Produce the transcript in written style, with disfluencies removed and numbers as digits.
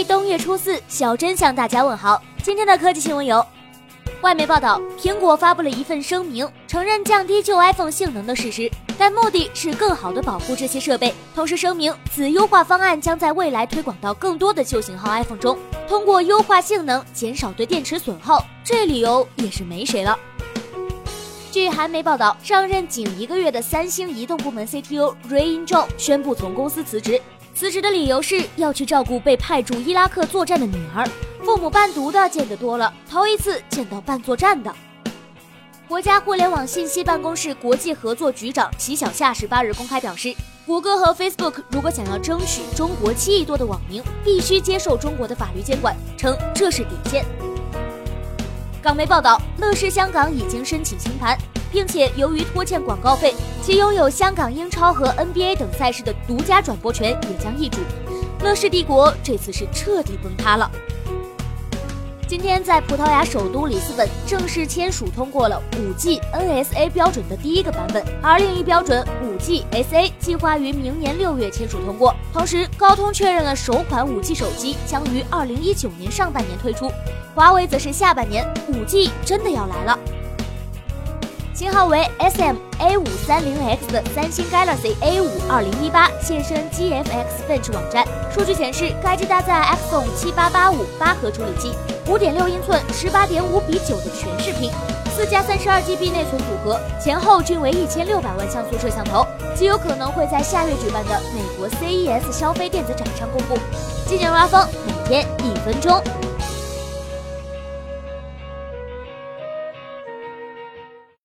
历冬月初4，小珍向大家问好。今天的科技新闻有：外媒报道，苹果发布了一份声明，承认降低旧 iPhone 性能的事实，但目的是更好地保护这些设备。同时声明，此优化方案将在未来推广到更多的旧型号 iPhone 中，通过优化性能减少对电池损耗。这理由也是没谁了。据韩媒报道，上任仅1个月的三星移动部门 CTO Ray Jong 宣布从公司辞职。辞职的理由是要去照顾被派驻伊拉克作战的女儿，父母伴读的见得多了，头一次见到办作战的。国家互联网信息办公室国际合作局长齐小夏18日公开表示，谷歌和 Facebook 如果想要争取中国7亿多的网民，必须接受中国的法律监管，称这是底线。港媒报道，乐视香港已经申请清盘，并且由于拖欠广告费，其拥有香港英超和 NBA 等赛事的独家转播权也将易主。乐视帝国这次是彻底崩塌了。今天在葡萄牙首都里斯本正式签署通过了 5G NSA 标准的第一个版本，而另一标准 5G SA 计划于明年6月签署通过。同时，高通确认了首款 5G 手机将于2019年上半年推出，华为则是下半年。5G 真的要来了。型号为 SM-A530X 的三星 Galaxy A5 2018现身 GFX Bench 网站，数据显示该机搭载 Exynos 7885 8核处理器，5.6英寸 18.5:9的全视屏，4+32GB 内存组合，前后均为1600万像素摄像头，极有可能会在下月举办的美国 CES 消费电子展上公布。纪检挖风，每天1分钟。